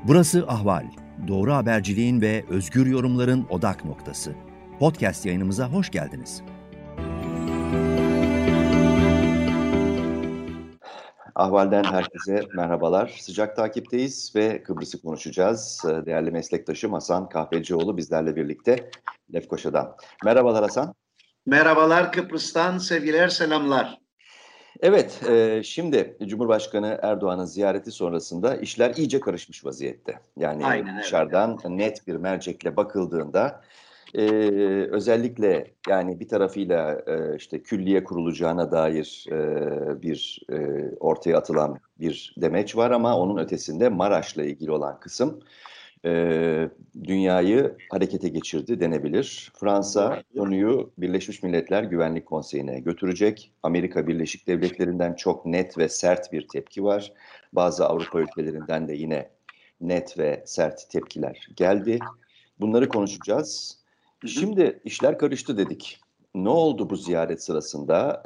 Burası Ahval, doğru haberciliğin ve özgür yorumların odak noktası. Podcast yayınımıza hoş geldiniz. Ahval'den herkese merhabalar. Sıcak takipteyiz ve Kıbrıs'ı konuşacağız. Değerli meslektaşım Hasan Kahvecioğlu bizlerle birlikte Lefkoşa'dan. Merhabalar Hasan. Merhabalar Kıbrıs'tan, sevgiler, selamlar. Evet, şimdi Cumhurbaşkanı Erdoğan'ın ziyareti sonrasında işler iyice karışmış vaziyette. Yani Aynen dışarıdan net bir mercekle bakıldığında özellikle yani bir tarafıyla işte külliye kurulacağına dair bir ortaya atılan bir demeç var ama onun ötesinde Maraş'la ilgili olan kısım dünyayı harekete geçirdi denebilir. Fransa konuyu Birleşmiş Milletler Güvenlik Konseyi'ne götürecek. Amerika Birleşik Devletleri'nden çok net ve sert bir tepki var. Bazı Avrupa ülkelerinden de yine net ve sert tepkiler geldi. Bunları konuşacağız. Şimdi işler karıştı dedik. Ne oldu bu ziyaret sırasında?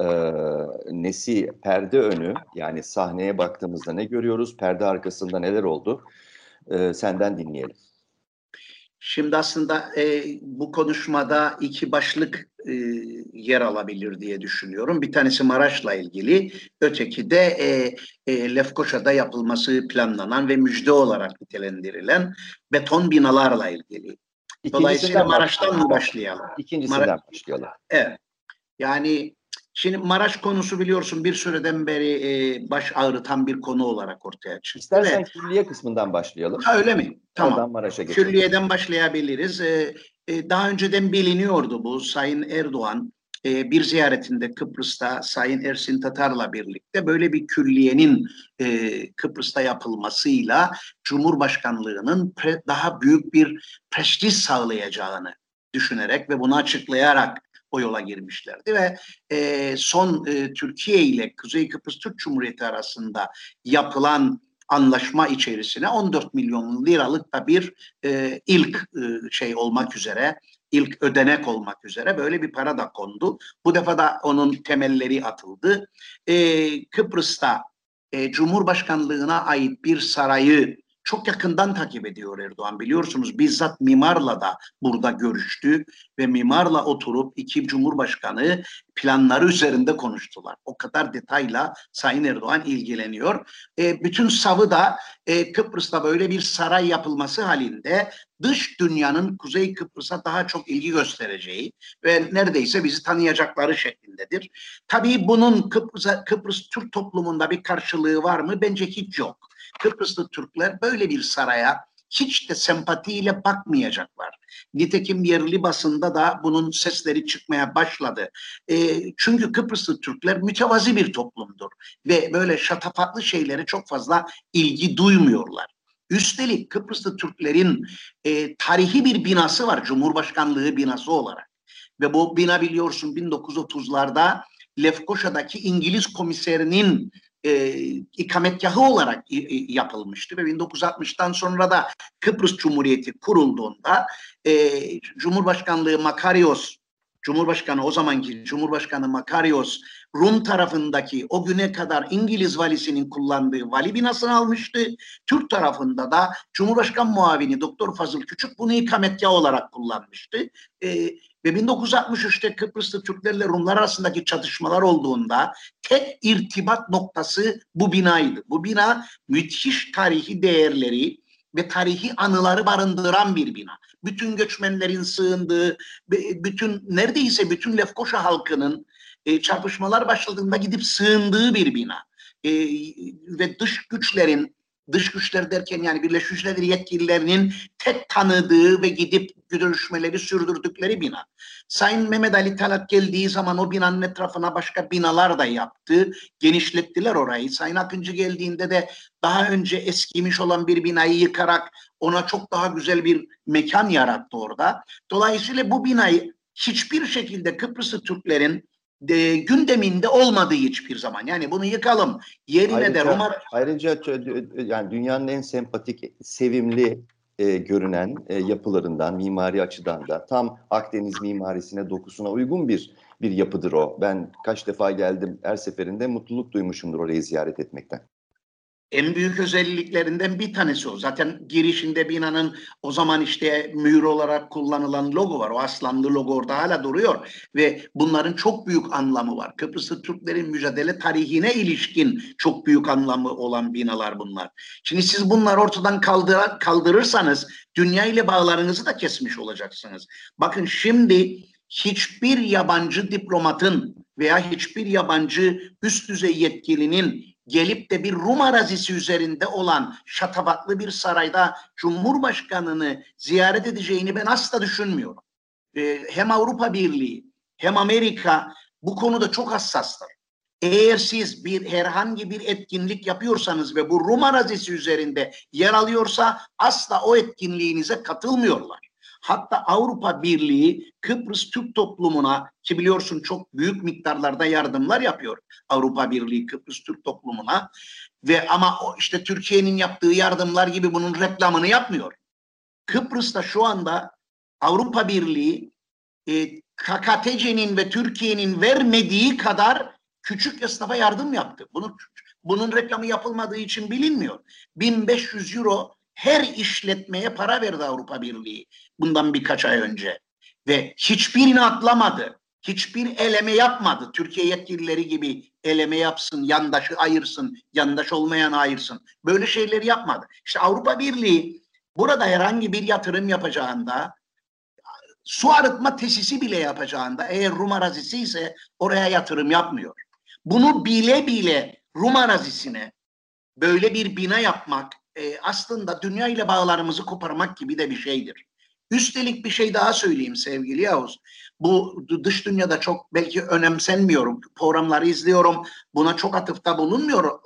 Nesi perde önü, yani sahneye baktığımızda ne görüyoruz? Perde arkasında neler oldu? Senden dinleyelim. Şimdi aslında bu konuşmada iki başlık yer alabilir diye düşünüyorum. Bir tanesi Maraş'la ilgili, öteki de Lefkoşa'da yapılması planlanan ve müjde olarak nitelendirilen beton binalarla ilgili. Dolayısıyla Maraş'tan mı başlayalım? İkincisinden başlayalım. Evet. Yani şimdi Maraş konusu biliyorsun bir süreden beri baş ağrıtan bir konu olarak ortaya çıktı. İstersen külliye kısmından başlayalım. Ha, öyle mi? Tamam. Oradan Maraş'a geçelim. Külliyeden başlayabiliriz. Daha önceden biliniyordu bu. Sayın Erdoğan bir ziyaretinde Kıbrıs'ta Sayın Ersin Tatar'la birlikte böyle bir külliyenin Kıbrıs'ta yapılmasıyla Cumhurbaşkanlığının daha büyük bir prestij sağlayacağını düşünerek ve bunu açıklayarak o yola girmişlerdi ve son Türkiye ile Kuzey Kıbrıs Türk Cumhuriyeti arasında yapılan anlaşma içerisine 14 milyon liralık da bir ilk şey olmak üzere, ilk ödenek olmak üzere böyle bir para da kondu. Bu defa da onun temelleri atıldı. Kıbrıs'ta Cumhurbaşkanlığına ait bir sarayı çok yakından takip ediyor Erdoğan. Biliyorsunuz bizzat mimarla da burada görüştü ve mimarla oturup iki cumhurbaşkanı planları üzerinde konuştular. O kadar detayla Sayın Erdoğan ilgileniyor. Bütün savı da Kıbrıs'ta böyle bir saray yapılması halinde dış dünyanın Kuzey Kıbrıs'a daha çok ilgi göstereceği ve neredeyse bizi tanıyacakları şeklindedir. Tabii bunun Kıbrıs Türk toplumunda bir karşılığı var mı? Bence hiç yok. Kıbrıslı Türkler böyle bir saraya hiç de sempatiyle bakmayacaklar. Nitekim yerli basında da bunun sesleri çıkmaya başladı. Çünkü Kıbrıslı Türkler mütevazi bir toplumdur ve böyle şatafatlı şeylere çok fazla ilgi duymuyorlar. Üstelik Kıbrıslı Türklerin tarihi bir binası var, Cumhurbaşkanlığı binası olarak. Ve bu bina biliyorsun 1930'larda Lefkoşa'daki İngiliz komiserinin ikametgahı olarak yapılmıştı ve 1960'tan sonra da Kıbrıs Cumhuriyeti kurulduğunda Cumhurbaşkanlığı Makarios, Cumhurbaşkanı o zamanki Cumhurbaşkanı Makarios Rum tarafındaki o güne kadar İngiliz valisinin kullandığı vali binasını almıştı. Türk tarafında da Cumhurbaşkan muavini Doktor Fazıl Küçük bunu ikametgah olarak kullanmıştı. Ve 1963'te Kıbrıslı Türklerle Rumlar arasındaki çatışmalar olduğunda tek irtibat noktası bu binaydı. Bu bina müthiş tarihi değerleri ve tarihi anıları barındıran bir bina. Bütün göçmenlerin sığındığı, neredeyse bütün Lefkoşa halkının çarpışmalar başladığında gidip sığındığı bir bina. Ve dış güçler derken yani Birleşmiş Milletler yetkililerinin tek tanıdığı ve gidip görüşmeleri sürdürdükleri bina. Sayın Mehmet Ali Talat geldiği zaman o binanın etrafına başka binalar da yaptı. Genişlettiler orayı. Sayın Akıncı geldiğinde de daha önce eskimiş olan bir binayı yıkarak ona çok daha güzel bir mekan yarattı orada. Dolayısıyla bu binayı hiçbir şekilde Kıbrıslı Türklerin gündeminde olmadığı hiçbir zaman. Yani bunu yıkalım. Yerine de Roma... Ayrıca yani dünyanın en sempatik, sevimli görünen yapılarından, mimari açıdan da tam Akdeniz mimarisine, dokusuna uygun bir yapıdır o. Ben kaç defa geldim, her seferinde mutluluk duymuşumdur orayı ziyaret etmekten. En büyük özelliklerinden bir tanesi o. Zaten girişinde binanın o zaman işte mühür olarak kullanılan logo var. O aslanlı logo orada hala duruyor. Ve bunların çok büyük anlamı var. Kıbrıslı Türklerin mücadele tarihine ilişkin çok büyük anlamı olan binalar bunlar. Şimdi siz bunları ortadan kaldırırsanız dünya ile bağlarınızı da kesmiş olacaksınız. Bakın şimdi hiçbir yabancı diplomatın veya hiçbir yabancı üst düzey yetkilinin gelip de bir Rum arazisi üzerinde olan şatafatlı bir sarayda Cumhurbaşkanı'nı ziyaret edeceğini ben asla düşünmüyorum. Hem Avrupa Birliği hem Amerika bu konuda çok hassastır. Eğer siz herhangi bir etkinlik yapıyorsanız ve bu Rum arazisi üzerinde yer alıyorsa asla o etkinliğinize katılmıyorlar. Hatta Avrupa Birliği Kıbrıs Türk toplumuna, ki biliyorsun çok büyük miktarlarda yardımlar yapıyor Avrupa Birliği Kıbrıs Türk toplumuna, ve ama işte Türkiye'nin yaptığı yardımlar gibi bunun reklamını yapmıyor. Kıbrıs'ta şu anda Avrupa Birliği KKTC'nin ve Türkiye'nin vermediği kadar küçük esnafa yardım yaptı. Bunun reklamı yapılmadığı için bilinmiyor. 1500 euro her işletmeye para verdi Avrupa Birliği bundan birkaç ay önce. Ve hiçbirini atlamadı. Hiçbir eleme yapmadı. Türkiye yetkilileri gibi eleme yapsın, yandaşı ayırsın, yandaş olmayanı ayırsın. Böyle şeyleri yapmadı. İşte Avrupa Birliği burada herhangi bir yatırım yapacağında, su arıtma tesisi bile yapacağında, eğer Rum arazisi ise oraya yatırım yapmıyor. Bunu bile bile Rum arazisine böyle bir bina yapmak aslında dünya ile bağlarımızı koparmak gibi de bir şeydir. Üstelik bir şey daha söyleyeyim sevgili Yavuz. Bu dış dünyada çok belki önemsenmiyorum. Programları izliyorum. Buna çok atıfta bulunmuyor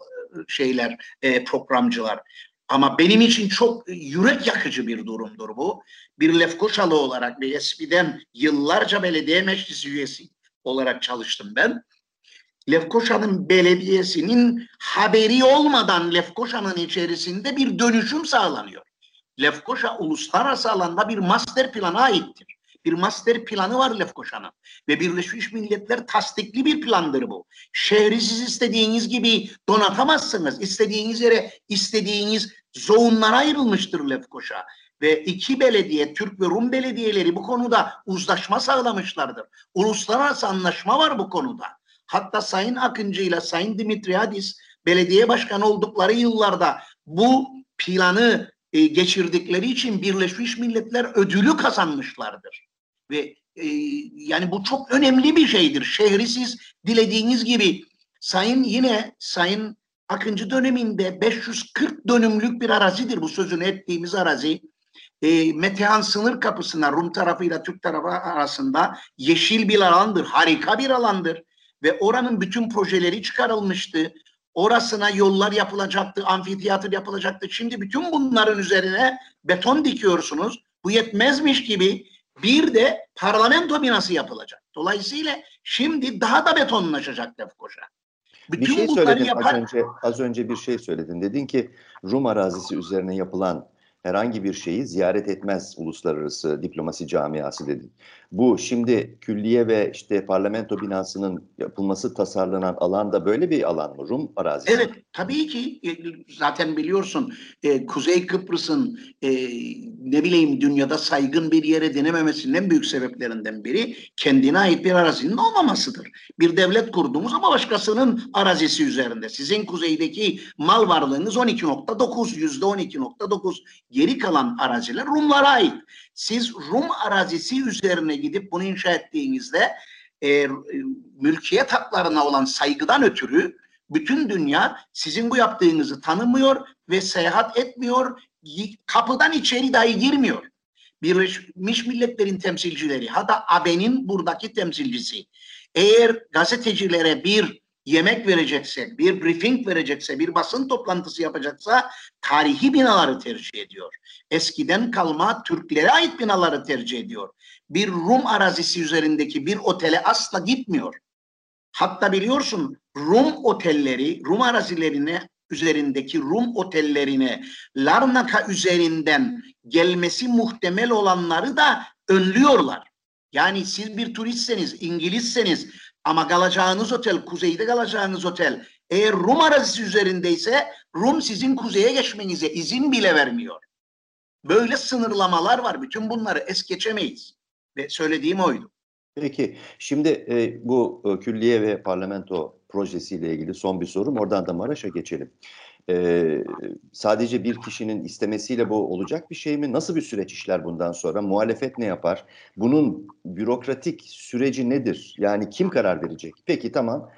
programcılar. Ama benim için çok yürek yakıcı bir durumdur bu. Bir Lefkoşalı olarak ve eskiden yıllarca belediye meclisi üyesi olarak çalıştım ben. Lefkoşa'nın belediyesinin haberi olmadan Lefkoşa'nın içerisinde bir dönüşüm sağlanıyor. Lefkoşa uluslararası alanda bir master plana aittir. Bir master planı var Lefkoşa'nın ve Birleşmiş Milletler tasdikli bir plandır bu. Şehri siz istediğiniz gibi donatamazsınız. İstediğiniz yere, istediğiniz zone'lara ayrılmıştır Lefkoşa. Ve iki belediye, Türk ve Rum belediyeleri bu konuda uzlaşma sağlamışlardır. Uluslararası anlaşma var bu konuda. Hatta Sayın Akıncı ile Sayın Dimitriadis belediye başkanı oldukları yıllarda bu planı geçirdikleri için Birleşmiş Milletler ödülü kazanmışlardır. Ve yani bu çok önemli bir şeydir. Şehri siz dilediğiniz gibi Sayın Akıncı döneminde 540 dönümlük bir arazidir bu sözünü ettiğimiz arazi. Metehan sınır kapısına Rum tarafıyla Türk tarafı arasında yeşil bir alandır. Harika bir alandır. Ve oranın bütün projeleri çıkarılmıştı. Orasına yollar yapılacaktı, amfiteyatr yapılacaktı. Şimdi bütün bunların üzerine beton dikiyorsunuz. Bu yetmezmiş gibi bir de parlamento binası yapılacak. Dolayısıyla şimdi daha da betonlaşacak Lefkoşa. Bir şey söyledin az önce bir şey söyledin. Dedin ki Rum arazisi üzerine yapılan herhangi bir şeyi ziyaret etmez uluslararası diplomasi camiası dedin. Bu şimdi külliye ve işte parlamento binasının yapılması tasarlanan alan da böyle bir alan mı? Rum arazisi. Evet, tabii ki zaten biliyorsun Kuzey Kıbrıs'ın dünyada saygın bir yere denememesinin en büyük sebeplerinden biri kendine ait bir arazinin olmamasıdır. Bir devlet kurdunuz ama başkasının arazisi üzerinde. Sizin kuzeydeki mal varlığınız 12.9, %12.9. Geri kalan araziler Rumlara ait. Siz Rum arazisi üzerine gidip bunu inşa ettiğinizde mülkiyet haklarına olan saygıdan ötürü bütün dünya sizin bu yaptığınızı tanımıyor ve seyahat etmiyor, kapıdan içeri dahi girmiyor. Birleşmiş Milletler'in temsilcileri, hatta AB'nin buradaki temsilcisi, eğer gazetecilere bir yemek verecekse, bir briefing verecekse, bir basın toplantısı yapacaksa tarihi binaları tercih ediyor. Eskiden kalma Türklere ait binaları tercih ediyor. Bir Rum arazisi üzerindeki bir otele asla gitmiyor. Hatta biliyorsun Rum otelleri, Rum arazilerine üzerindeki Rum otellerine Larnaca üzerinden gelmesi muhtemel olanları da önlüyorlar. Yani siz bir turistseniz, İngilizseniz ama kalacağınız otel, kuzeyde kalacağınız otel Eğer Rum arazisi üzerindeyse Rum sizin kuzeye geçmenize izin bile vermiyor. Böyle sınırlamalar var. Bütün bunları es geçemeyiz. Ve söylediğim oydu. Peki, şimdi bu külliye ve parlamento projesiyle ilgili son bir sorum. Oradan da Maraş'a geçelim. Sadece bir kişinin istemesiyle bu olacak bir şey mi? Nasıl bir süreç işler bundan sonra? Muhalefet ne yapar? Bunun bürokratik süreci nedir? Yani kim karar verecek? Peki tamam,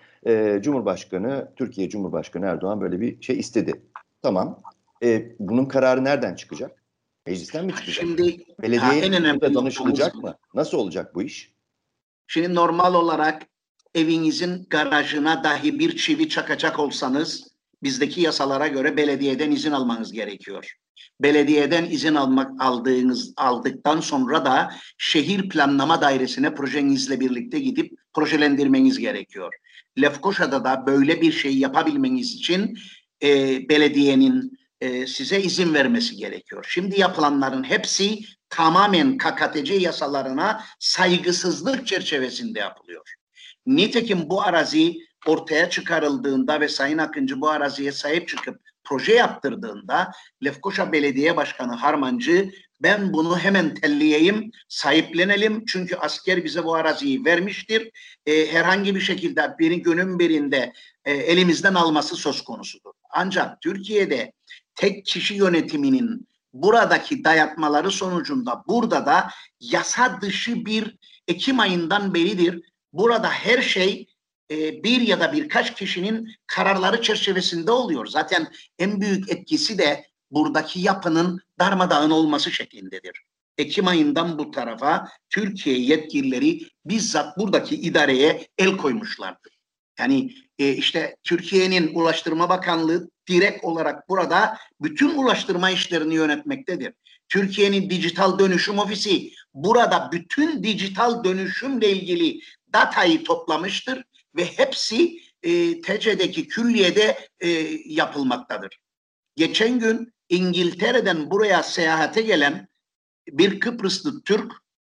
Türkiye Cumhurbaşkanı Erdoğan böyle bir şey istedi. Tamam, bunun kararı nereden çıkacak? Meclisten mi çıkacak? Şimdi Belediyeye en önemli burada danışılacak noktamız mı? Nasıl olacak bu iş? Şimdi normal olarak evinizin garajına dahi bir çivi çakacak olsanız bizdeki yasalara göre belediyeden izin almanız gerekiyor. Belediyeden izin aldıktan sonra da şehir planlama dairesine projenizle birlikte gidip projelendirmeniz gerekiyor. Lefkoşa'da da böyle bir şey yapabilmeniz için belediyenin size izin vermesi gerekiyor. Şimdi yapılanların hepsi tamamen KKTC yasalarına saygısızlık çerçevesinde yapılıyor. Nitekim bu arazi ortaya çıkarıldığında ve Sayın Akıncı bu araziye sahip çıkıp proje yaptırdığında Lefkoşa Belediye Başkanı Harmancı ben bunu hemen telleyeyim, sahiplenelim çünkü asker bize bu araziyi vermiştir. Herhangi bir şekilde günün birinde elimizden alması söz konusudur. Ancak Türkiye'de tek kişi yönetiminin buradaki dayatmaları sonucunda burada da yasa dışı bir Ekim ayından beridir. Burada her şey bir ya da birkaç kişinin kararları çerçevesinde oluyor. Zaten en büyük etkisi de buradaki yapının darmadağın olması şeklindedir. Ekim ayından bu tarafa Türkiye yetkilileri bizzat buradaki idareye el koymuşlardı. Yani işte Türkiye'nin Ulaştırma Bakanlığı direkt olarak burada bütün ulaştırma işlerini yönetmektedir. Türkiye'nin Dijital Dönüşüm Ofisi burada bütün dijital dönüşümle ilgili datayı toplamıştır ve hepsi TC'deki külliyede yapılmaktadır. Geçen gün İngiltere'den buraya seyahate gelen bir Kıbrıslı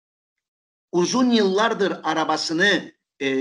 uzun yıllardır arabasını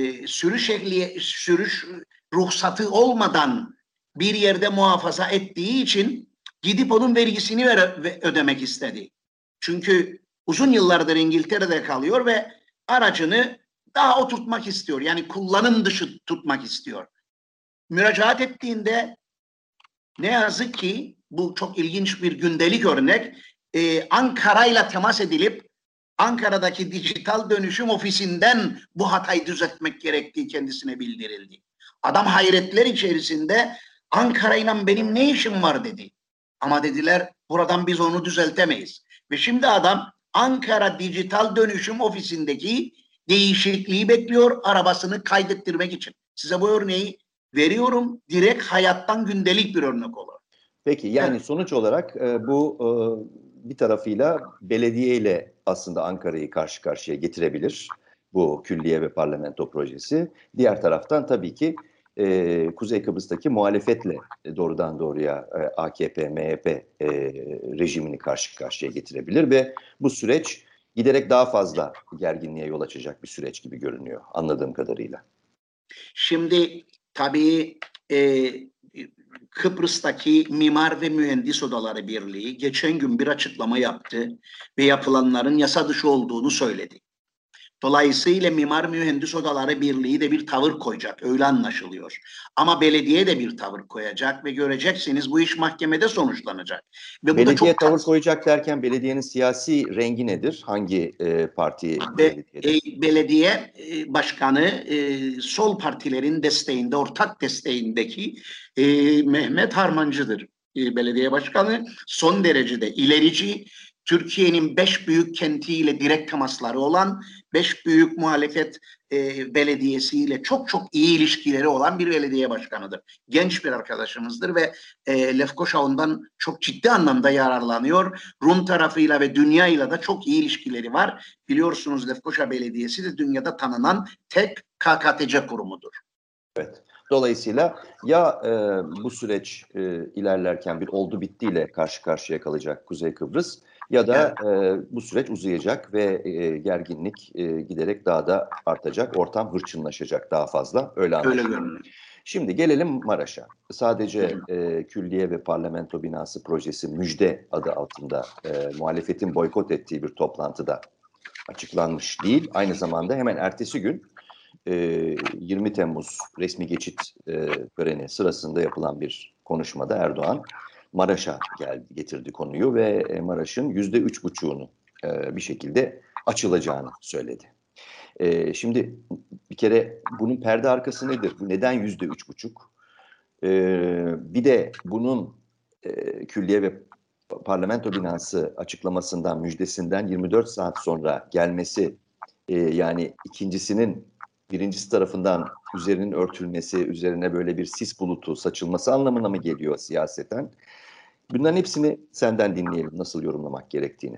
sürüş ruhsatı olmadan bir yerde muhafaza ettiği için gidip onun vergisini ödemek istedi. Çünkü uzun yıllardır İngiltere'de kalıyor ve aracını daha oturtmak istiyor. Yani kullanım dışı tutmak istiyor. Müracaat ettiğinde ne yazık ki bu çok ilginç bir gündelik örnek. Ankara'yla temas edilip Ankara'daki dijital dönüşüm ofisinden bu hatayı düzeltmek gerektiği kendisine bildirildi. Adam hayretler içerisinde Ankara'yla benim ne işim var dedi. Ama dediler buradan biz onu düzeltemeyiz. Ve şimdi adam Ankara Dijital Dönüşüm Ofisi'ndeki değişikliği bekliyor arabasını kaydettirmek için. Size bu örneği veriyorum. Direkt hayattan gündelik bir örnek olur. Peki yani sonuç olarak bu bir tarafıyla belediye ile aslında Ankara'yı karşı karşıya getirebilir bu külliye ve parlamento projesi. Diğer taraftan tabii ki Kuzey Kıbrıs'taki muhalefetle doğrudan doğruya AKP, MHP rejimini karşı karşıya getirebilir ve bu süreç giderek daha fazla gerginliğe yol açacak bir süreç gibi görünüyor anladığım kadarıyla. Şimdi tabii Kıbrıs'taki Mimar ve Mühendis Odaları Birliği geçen gün bir açıklama yaptı ve yapılanların yasa dışı olduğunu söyledi. Dolayısıyla Mimar Mühendis Odaları Birliği de bir tavır koyacak, öyle anlaşılıyor. Ama belediye de bir tavır koyacak ve göreceksiniz bu iş mahkemede sonuçlanacak. Ve belediye bu da çok tavır koyacak derken belediyenin siyasi rengi nedir? Hangi parti belediyede? Belediye başkanı sol partilerin desteğinde, ortak desteğindeki Mehmet Harmancı'dır. Belediye başkanı son derecede ilerici, Türkiye'nin 5 büyük kentiyle direkt temasları olan, 5 büyük muhalefet belediyesiyle çok çok iyi ilişkileri olan bir belediye başkanıdır. Genç bir arkadaşımızdır ve Lefkoşa ondan çok ciddi anlamda yararlanıyor. Rum tarafıyla ve dünyayla da çok iyi ilişkileri var. Biliyorsunuz Lefkoşa Belediyesi de dünyada tanınan tek KKTC kurumudur. Evet. Dolayısıyla ya bu süreç ilerlerken bir oldu bittiyle karşı karşıya kalacak Kuzey Kıbrıs ya da bu süreç uzayacak ve gerginlik giderek daha da artacak, ortam hırçınlaşacak daha fazla. Öyle anlaşılıyor. Şimdi gelelim Maraş'a. Sadece külliye ve parlamento binası projesi müjde adı altında muhalefetin boykot ettiği bir toplantıda açıklanmış değil. Aynı zamanda hemen ertesi gün 20 Temmuz resmi geçit töreni sırasında yapılan bir konuşmada Erdoğan Maraş'a getirdi konuyu ve Maraş'ın %3,5'unu bir şekilde açılacağını söyledi. Şimdi bir kere bunun perde arkası nedir? Bu neden %3,5? Bir de bunun külliye ve parlamento binası açıklamasından, müjdesinden 24 saat sonra gelmesi, yani ikincisinin birincisi tarafından üzerinin örtülmesi, üzerine böyle bir sis bulutu saçılması anlamına mı geliyor siyaseten? Bunların hepsini senden dinleyelim, nasıl yorumlamak gerektiğini.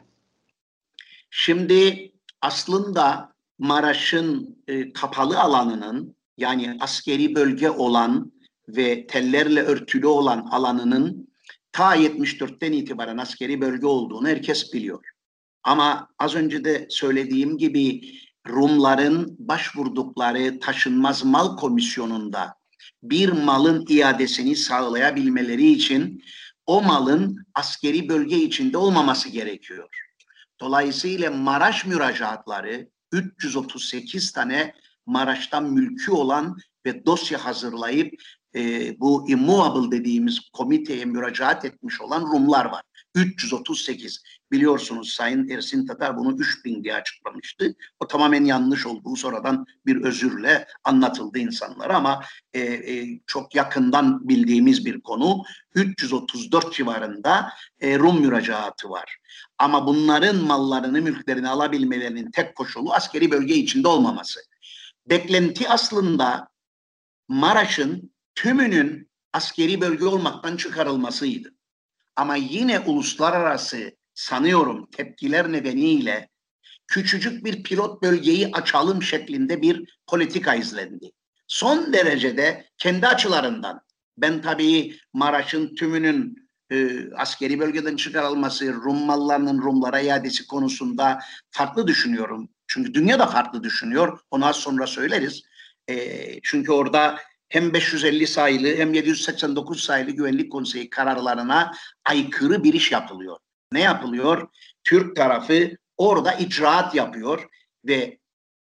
Şimdi aslında Maraş'ın kapalı alanının, yani askeri bölge olan ve tellerle örtülü olan alanının ta 74'ten itibaren askeri bölge olduğunu herkes biliyor. Ama az önce de söylediğim gibi Rumların başvurdukları taşınmaz mal komisyonunda bir malın iadesini sağlayabilmeleri için o malın askeri bölge içinde olmaması gerekiyor. Dolayısıyla Maraş müracaatları 338 tane Maraş'tan mülkü olan ve dosya hazırlayıp bu immovable dediğimiz komiteye müracaat etmiş olan Rumlar var. 338. Biliyorsunuz Sayın Ersin Tatar bunu 3000 diye açıklamıştı. O tamamen yanlış olduğu sonradan bir özürle anlatıldı insanlara ama çok yakından bildiğimiz bir konu. 334 civarında Rum müracaatı var. Ama bunların mallarını, mülklerini alabilmelerinin tek koşulu askeri bölge içinde olmaması. Beklenti aslında Maraş'ın tümünün askeri bölge olmaktan çıkarılmasıydı. Ama yine uluslararası sanıyorum tepkiler nedeniyle küçücük bir pilot bölgeyi açalım şeklinde bir politika izlendi. Son derecede kendi açılarından, ben tabii Maraş'ın tümünün askeri bölgeden çıkarılması, Rum mallarının Rumlara iadesi konusunda farklı düşünüyorum. Çünkü dünya da farklı düşünüyor. Onu az sonra söyleriz. Çünkü orada hem 550 sayılı hem 789 sayılı Güvenlik Konseyi kararlarına aykırı bir iş yapılıyor. Ne yapılıyor? Türk tarafı orada icraat yapıyor ve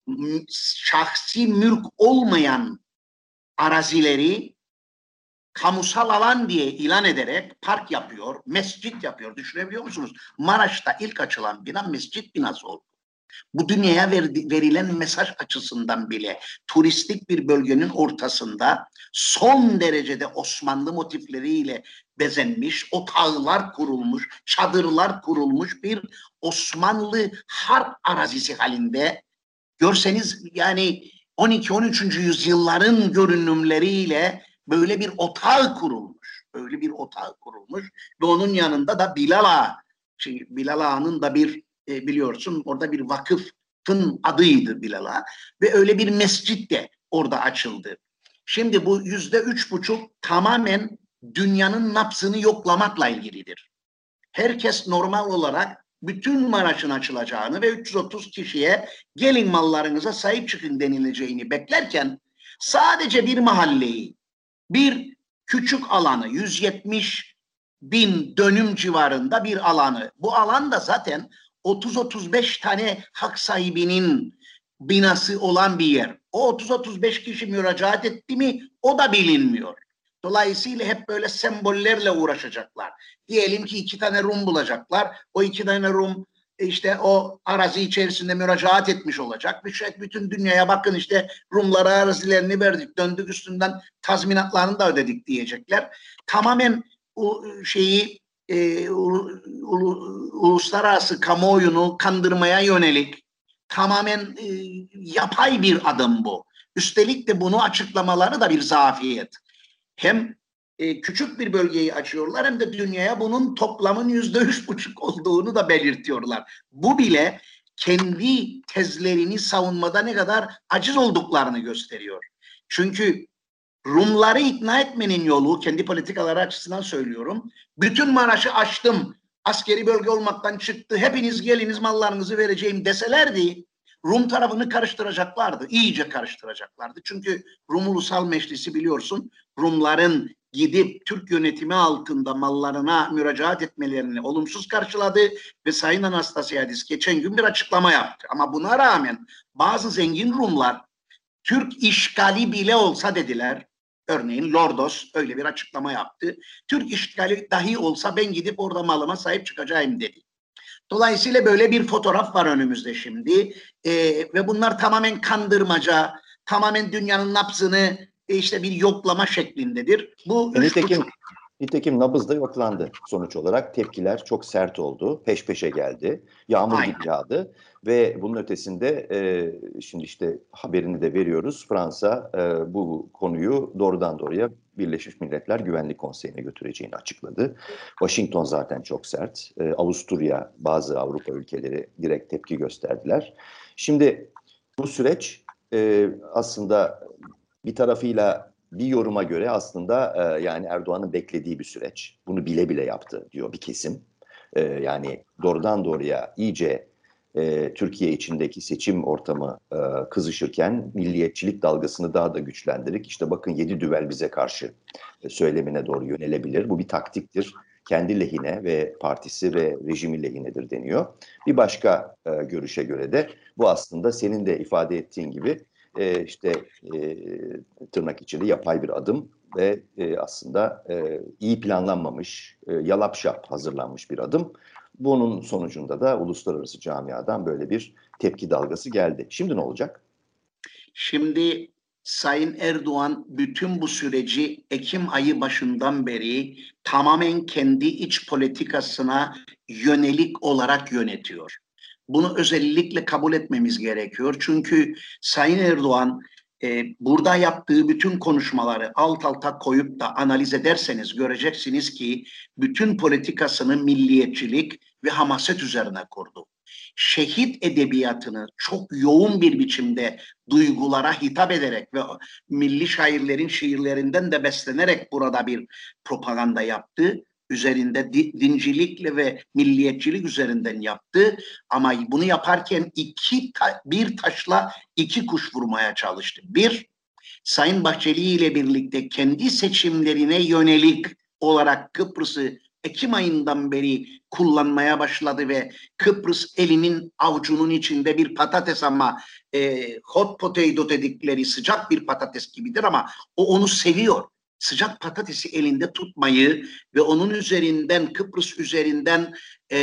şahsi mülk olmayan arazileri kamusal alan diye ilan ederek park yapıyor, mescit yapıyor. Düşünebiliyor musunuz? Maraş'ta ilk açılan bina mescit binası oldu. Bu dünyaya verilen mesaj açısından bile turistik bir bölgenin ortasında son derecede Osmanlı motifleriyle bezenmiş, otağlar kurulmuş, çadırlar kurulmuş bir Osmanlı harp arazisi halinde. Görseniz yani 12-13. yüzyılların görünümleriyle böyle bir otağı kurulmuş. Böyle bir otağı kurulmuş ve onun yanında da Bilal Ağa. Bilal Ağa'nın da bir biliyorsun orada bir vakıfın adıydı Bilal Ağa ve öyle bir mescit de orada açıldı. Şimdi bu %3,5 tamamen dünyanın nabzını yoklamakla ilgilidir. Herkes normal olarak bütün Maraş'ın açılacağını ve 330 kişiye gelin mallarınıza sahip çıkın denileceğini beklerken sadece bir mahalleyi, bir küçük alanı 170 bin dönüm civarında bir alanı, bu alan da zaten 30-35 tane hak sahibinin binası olan bir yer. O 30-35 kişi müracaat etti mi o da bilinmiyor. Dolayısıyla hep böyle sembollerle uğraşacaklar. Diyelim ki 2 tane Rum bulacaklar. O 2 tane Rum işte o arazi içerisinde müracaat etmiş olacak. Bütün dünyaya bakın işte Rumlara arazilerini verdik, döndük üstünden tazminatlarını da ödedik diyecekler. Tamamen o şeyi uluslararası kamuoyunu kandırmaya yönelik tamamen yapay bir adım bu. Üstelik de bunu açıklamaları da bir zafiyet. Hem küçük bir bölgeyi açıyorlar hem de dünyaya bunun toplamın %3,5 olduğunu da belirtiyorlar. Bu bile kendi tezlerini savunmada ne kadar aciz olduklarını gösteriyor. Çünkü Rumları ikna etmenin yolu, kendi politikaları açısından söylüyorum, bütün Maraş'ı açtım, askeri bölge olmaktan çıktı, hepiniz geliniz mallarınızı vereceğim deselerdi, Rum tarafını karıştıracaklardı. İyice karıştıracaklardı. Çünkü Rum Ulusal Meclisi biliyorsun Rumların gidip Türk yönetimi altında mallarına müracaat etmelerini olumsuz karşıladı ve Sayın Anastasiadis geçen gün bir açıklama yaptı. Ama buna rağmen bazı zengin Rumlar Türk işgali bile olsa dediler. Örneğin Lordos öyle bir açıklama yaptı. Türk işgali dahi olsa ben gidip orada malıma sahip çıkacağım dedi. Dolayısıyla böyle bir fotoğraf var önümüzde şimdi ve bunlar tamamen kandırmaca, tamamen dünyanın nabzını işte bir yoklama şeklindedir. Bu Nitekim nabız da yoklandı sonuç olarak. Tepkiler çok sert oldu. Peş peşe geldi. Yağmur gibi yağdı. Ve bunun ötesinde şimdi işte haberini de veriyoruz. Fransa bu konuyu doğrudan doğruya Birleşmiş Milletler Güvenlik Konseyi'ne götüreceğini açıkladı. Washington zaten çok sert. Avusturya, bazı Avrupa ülkeleri direkt tepki gösterdiler. Şimdi bu süreç aslında bir tarafıyla bir yoruma göre aslında yani Erdoğan'ın beklediği bir süreç. Bunu bile bile yaptı diyor bir kesim. Yani doğrudan doğruya iyice Türkiye içindeki seçim ortamı kızışırken milliyetçilik dalgasını daha da güçlendirerek işte bakın 7 düvel bize karşı söylemine doğru yönelebilir. Bu bir taktiktir. Kendi lehine ve partisi ve rejimi lehinedir deniyor. Bir başka görüşe göre de bu aslında senin de ifade ettiğin gibi tırnak içinde yapay bir adım ve aslında iyi planlanmamış, yalap şap hazırlanmış bir adım. Bunun sonucunda da uluslararası camiadan böyle bir tepki dalgası geldi. Şimdi ne olacak? Şimdi Sayın Erdoğan bütün bu süreci Ekim ayı başından beri tamamen kendi iç politikasına yönelik olarak yönetiyor. Bunu özellikle kabul etmemiz gerekiyor. Çünkü Sayın Erdoğan burada yaptığı bütün konuşmaları alt alta koyup da analiz ederseniz göreceksiniz ki bütün politikasını milliyetçilik ve hamaset üzerine kurdu. Şehit edebiyatını çok yoğun bir biçimde duygulara hitap ederek ve milli şairlerin şiirlerinden de beslenerek burada bir propaganda yaptı. Üzerinde dincilikle ve milliyetçilik üzerinden yaptı. Ama bunu yaparken bir taşla iki kuş vurmaya çalıştı. Bir, Sayın Bahçeli ile birlikte kendi seçimlerine yönelik olarak Kıbrıs'ı Ekim ayından beri kullanmaya başladı ve Kıbrıs elinin avucunun içinde bir patates ama hot potato dedikleri sıcak bir patates gibidir ama o onu seviyor. Sıcak patatesi elinde tutmayı ve onun üzerinden Kıbrıs üzerinden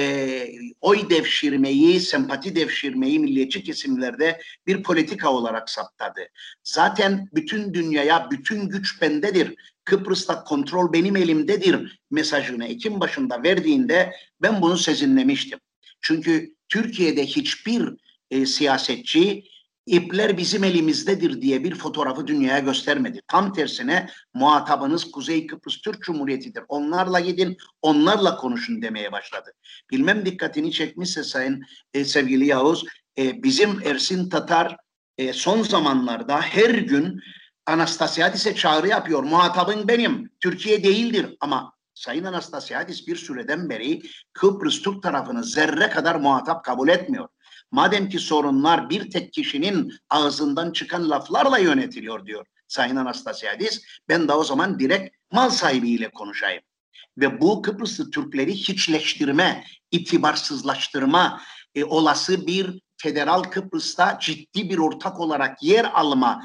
oy devşirmeyi, sempati devşirmeyi milliyetçi kesimlerde bir politika olarak saptadı. Zaten bütün dünyaya bütün güç bendedir. Kıbrıs'ta kontrol benim elimdedir mesajını Ekim başında verdiğinde ben bunu sezinlemiştim. Çünkü Türkiye'de hiçbir siyasetçi ipler bizim elimizdedir diye bir fotoğrafı dünyaya göstermedi. Tam tersine muhatabınız Kuzey Kıbrıs Türk Cumhuriyeti'dir. Onlarla gidin, onlarla konuşun demeye başladı. Bilmem dikkatini çekmişse sayın sevgili Yavuz, bizim Ersin Tatar son zamanlarda her gün Anastasiadis'e çağrı yapıyor. Muhatabın benim, Türkiye değildir. Ama Sayın Anastasiadis bir süreden beri Kıbrıs Türk tarafını zerre kadar muhatap kabul etmiyor. Madem ki sorunlar bir tek kişinin ağzından çıkan laflarla yönetiliyor diyor Sayın Anastasiadis, ben de o zaman direkt mal sahibiyle konuşayım. Ve bu Kıbrıslı Türkleri hiçleştirme, itibarsızlaştırma, olası bir federal Kıbrıs'ta ciddi bir ortak olarak yer alma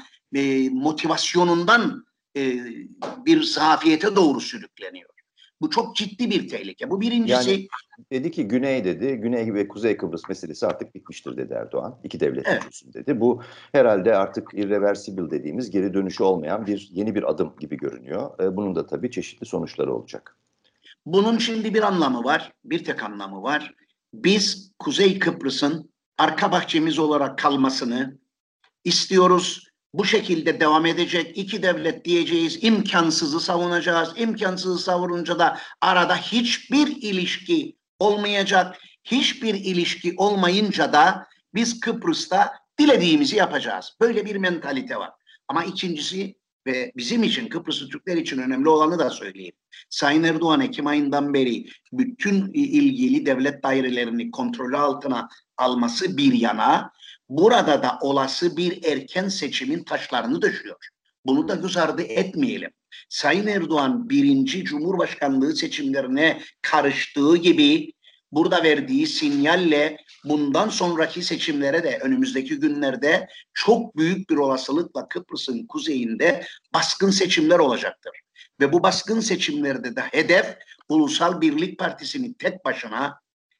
motivasyonundan bir zafiyete doğru sürükleniyor. Bu çok ciddi bir tehlike. Bu birincisi. Yani dedi ki Güney dedi, Güney ve Kuzey Kıbrıs meselesi artık bitmiştir dedi Erdoğan. İki devlet çözülsün dedi. Bu herhalde artık irreversible dediğimiz geri dönüşü olmayan yeni bir adım gibi görünüyor. Bunun da tabii çeşitli sonuçları olacak. Bunun şimdi bir anlamı var, bir tek anlamı var. Biz Kuzey Kıbrıs'ın arka bahçemiz olarak kalmasını istiyoruz. Bu şekilde devam edecek. İki devlet diyeceğiz, imkansızı savunacağız. İmkansızı savununca da arada hiçbir ilişki olmayacak. Hiçbir ilişki olmayınca da biz Kıbrıs'ta dilediğimizi yapacağız. Böyle bir mentalite var. Ama ikincisi ve bizim için, Kıbrıslı Türkler için önemli olanı da söyleyeyim. Sayın Erdoğan Ekim ayından beri bütün ilgili devlet dairelerini kontrolü altına alması bir yana, burada da olası bir erken seçimin taşlarını döşüyor. Bunu da göz ardı etmeyelim. Sayın Erdoğan birinci Cumhurbaşkanlığı seçimlerine karıştığı gibi burada verdiği sinyalle bundan sonraki seçimlere de önümüzdeki günlerde çok büyük bir olasılıkla Kıbrıs'ın kuzeyinde baskın seçimler olacaktır. Ve bu baskın seçimlerde de hedef Ulusal Birlik Partisi'ni tek başına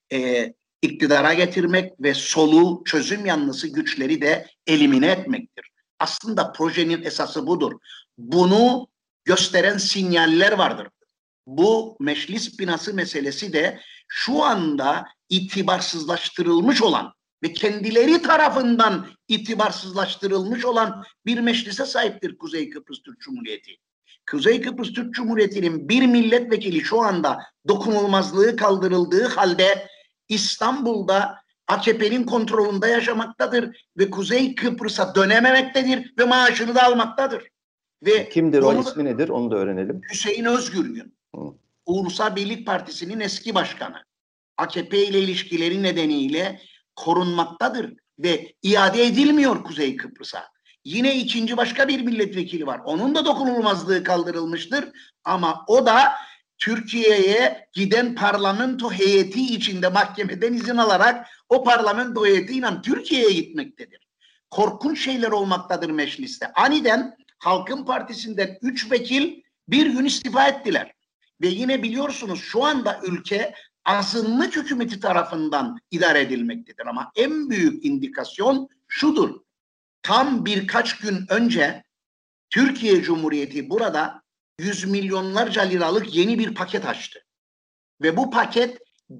iktidara getirmek ve solu çözüm yanlısı güçleri de elimine etmektir. Aslında projenin esası budur. Bunu gösteren sinyaller vardır. Bu meclis binası meselesi de şu anda itibarsızlaştırılmış olan ve kendileri tarafından itibarsızlaştırılmış olan bir meclise sahiptir Kuzey Kıbrıs Türk Cumhuriyeti. Kuzey Kıbrıs Türk Cumhuriyeti'nin bir milletvekili şu anda dokunulmazlığı kaldırıldığı halde İstanbul'da AKP'nin kontrolünde yaşamaktadır ve Kuzey Kıbrıs'a dönememektedir ve maaşını da almaktadır. Ve kimdir o, ismi nedir onu da öğrenelim. Hüseyin Özgürgün, Ulusal Birlik Partisi'nin eski başkanı. AKP ile ilişkileri nedeniyle korunmaktadır ve iade edilmiyor Kuzey Kıbrıs'a. Yine ikinci başka bir milletvekili var. Onun da dokunulmazlığı kaldırılmıştır ama o da Türkiye'ye giden parlamento heyeti içinde mahkemeden izin alarak o parlamento heyetiyle Türkiye'ye gitmektedir. Korkunç şeyler olmaktadır mecliste. Aniden Halkın Partisi'nden 3 vekil bir gün istifa ettiler. Ve yine biliyorsunuz şu anda ülke azınlık hükümeti tarafından idare edilmektedir. Ama en büyük indikasyon şudur. Tam birkaç gün önce Türkiye Cumhuriyeti burada 100 milyonlarca liralık yeni bir paket açtı. Ve bu paket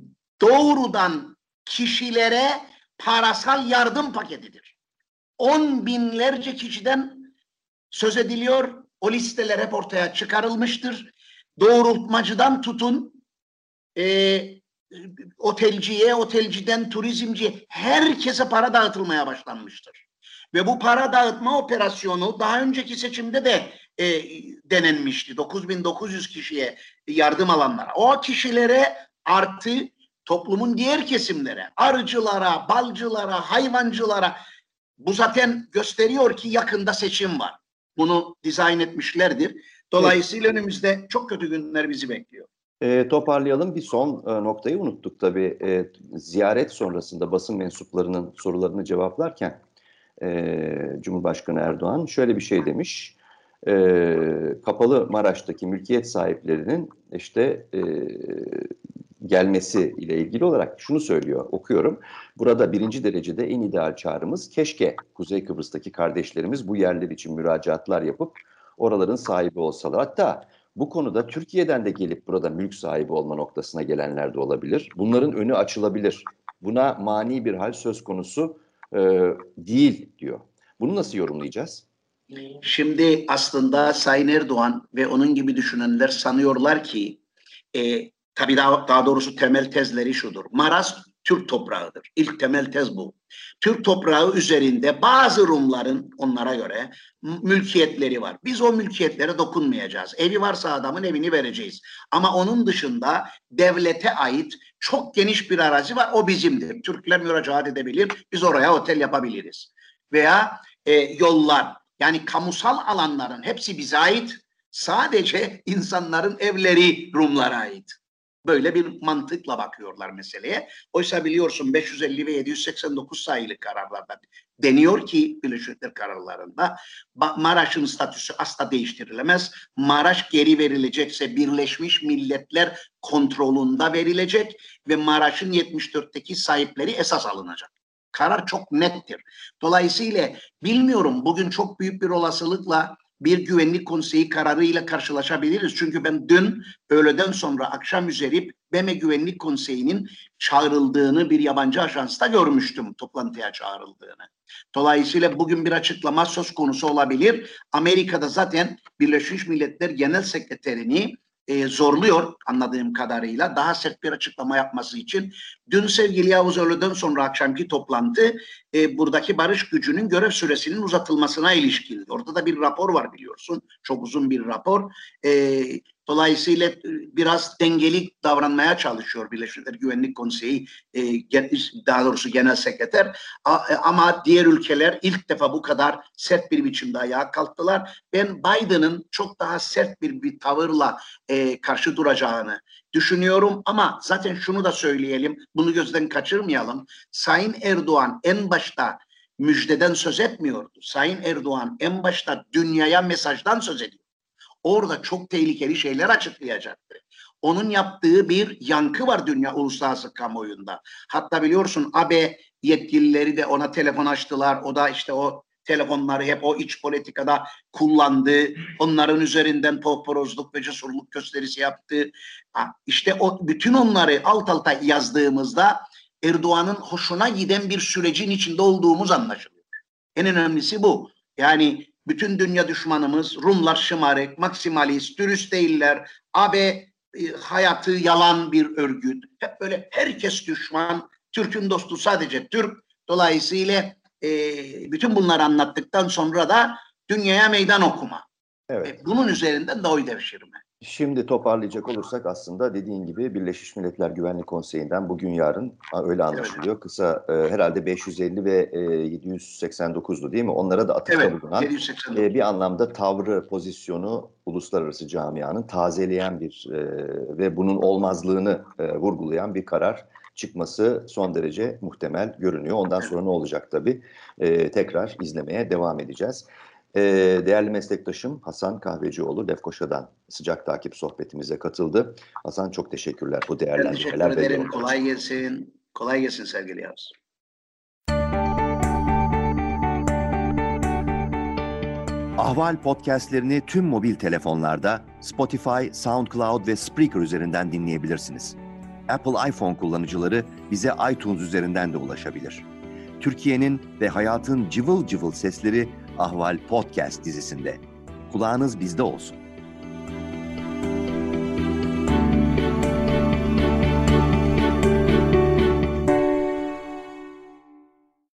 doğrudan kişilere parasal yardım paketidir. 10 binlerce kişiden söz ediliyor. O listeler hep ortaya çıkarılmıştır. Doğrultmacıdan tutun otelciye, otelciden turizmciye herkese para dağıtılmaya başlanmıştır. Ve bu para dağıtma operasyonu daha önceki seçimde de denenmişti. 9.900 kişiye yardım alanlara. O kişilere artı toplumun diğer kesimlere, arıcılara, balcılara, hayvancılara bu zaten gösteriyor ki yakında seçim var. Bunu dizayn etmişlerdir. Dolayısıyla önümüzde çok kötü günler bizi bekliyor. Toparlayalım. Bir son noktayı unuttuk tabii. Ziyaret sonrasında basın mensuplarının sorularını cevaplarken Cumhurbaşkanı Erdoğan şöyle bir şey demiş. Kapalı Maraş'taki mülkiyet sahiplerinin işte gelmesi ile ilgili olarak şunu söylüyor, okuyorum. Burada birinci derecede en ideal çağrımız keşke Kuzey Kıbrıs'taki kardeşlerimiz bu yerler için müracaatlar yapıp oraların sahibi olsalar. Hatta bu konuda Türkiye'den de gelip burada mülk sahibi olma noktasına gelenler de olabilir. Bunların önü açılabilir. Buna mani bir hal söz konusu değil diyor. Bunu nasıl yorumlayacağız? Şimdi aslında Sayın Erdoğan ve onun gibi düşünenler sanıyorlar ki tabii daha doğrusu temel tezleri şudur. Maraş Türk toprağıdır. İlk temel tez bu. Türk toprağı üzerinde bazı Rumların onlara göre mülkiyetleri var. Biz o mülkiyetlere dokunmayacağız. Evi varsa adamın evini vereceğiz. Ama onun dışında devlete ait çok geniş bir arazi var. O bizimdir. Türkler müracaat edebilir. Biz oraya otel yapabiliriz. Veya yollar. Yani kamusal alanların hepsi bize ait. Sadece insanların evleri Rumlara ait. Böyle bir mantıkla bakıyorlar meseleye. Oysa biliyorsun 550 ve 789 sayılı kararlarda deniyor ki Birleşmiş Milletler kararlarında Maraş'ın statüsü asla değiştirilemez. Maraş geri verilecekse Birleşmiş Milletler kontrolünde verilecek ve Maraş'ın 74'teki sahipleri esas alınacak. Karar çok nettir. Dolayısıyla bilmiyorum bugün çok büyük bir olasılıkla bir güvenlik konseyi kararıyla karşılaşabiliriz. Çünkü ben dün öğleden sonra akşam üzeri BM Güvenlik Konseyi'nin çağrıldığını bir yabancı ajansta görmüştüm, toplantıya çağrıldığını. Dolayısıyla bugün bir açıklama söz konusu olabilir. Amerika'da zaten Birleşmiş Milletler Genel Sekreterini zorluyor anladığım kadarıyla daha sert bir açıklama yapması için. Dün sevgili Yavuz öğleden sonra akşamki toplantı buradaki barış gücünün görev süresinin uzatılmasına ilişkin. Orada da bir rapor var biliyorsun. Çok uzun bir rapor. Dolayısıyla biraz dengeli davranmaya çalışıyor Birleşmiş Milletler Güvenlik Konseyi, daha doğrusu Genel Sekreter. Ama diğer ülkeler ilk defa bu kadar sert bir biçimde ayağa kalktılar. Ben Biden'ın çok daha sert bir tavırla karşı duracağını düşünüyorum. Ama zaten şunu da söyleyelim, bunu gözden kaçırmayalım. Sayın Erdoğan en başta müjdeden söz etmiyordu. Sayın Erdoğan en başta dünyaya mesajdan söz ediyor. Orada çok tehlikeli şeyler açıklayacaktı. Onun yaptığı bir yankı var dünya uluslararası kamuoyunda. Hatta biliyorsun AB yetkilileri de ona telefon açtılar. O da işte o telefonları hep o iç politikada kullandı. Onların üzerinden pohporozluk ve cesurluk gösterisi yaptı. İşte o bütün onları alt alta yazdığımızda Erdoğan'ın hoşuna giden bir sürecin içinde olduğumuz anlaşılıyor. En önemlisi bu. Yani bütün dünya düşmanımız, Rumlar şımarık, maksimalist, dürüst değiller, AB hayatı yalan bir örgüt. Hep böyle herkes düşman, Türk'ün dostu sadece Türk. Dolayısıyla bütün bunları anlattıktan sonra da dünyaya meydan okuma. Evet. Bunun üzerinden de oy devşirme. Şimdi toparlayacak olursak aslında dediğin gibi Birleşmiş Milletler Güvenlik Konseyi'nden bugün yarın öyle anlaşılıyor. Evet. Kısa herhalde 550 ve 789'du değil mi? Onlara da atıfta bulunan bir anlamda tavrı, pozisyonu uluslararası camianın tazeleyen bir ve bunun olmazlığını vurgulayan bir karar çıkması son derece muhtemel görünüyor. Ondan sonra ne olacak tabii? Tekrar izlemeye devam edeceğiz. Değerli meslektaşım Hasan Kahvecioğlu Lefkoşa'dan sıcak takip sohbetimize katıldı. Hasan çok teşekkürler bu değerlendirmeler. Ben teşekkür ederim. Kolay gelsin. Kolay gelsin sevgili Yavuz. Ahval podcastlerini tüm mobil telefonlarda Spotify, SoundCloud ve Spreaker üzerinden dinleyebilirsiniz. Apple iPhone kullanıcıları bize iTunes üzerinden de ulaşabilir. Türkiye'nin ve hayatın cıvıl cıvıl sesleri Ahval Podcast dizisinde. Kulağınız bizde olsun.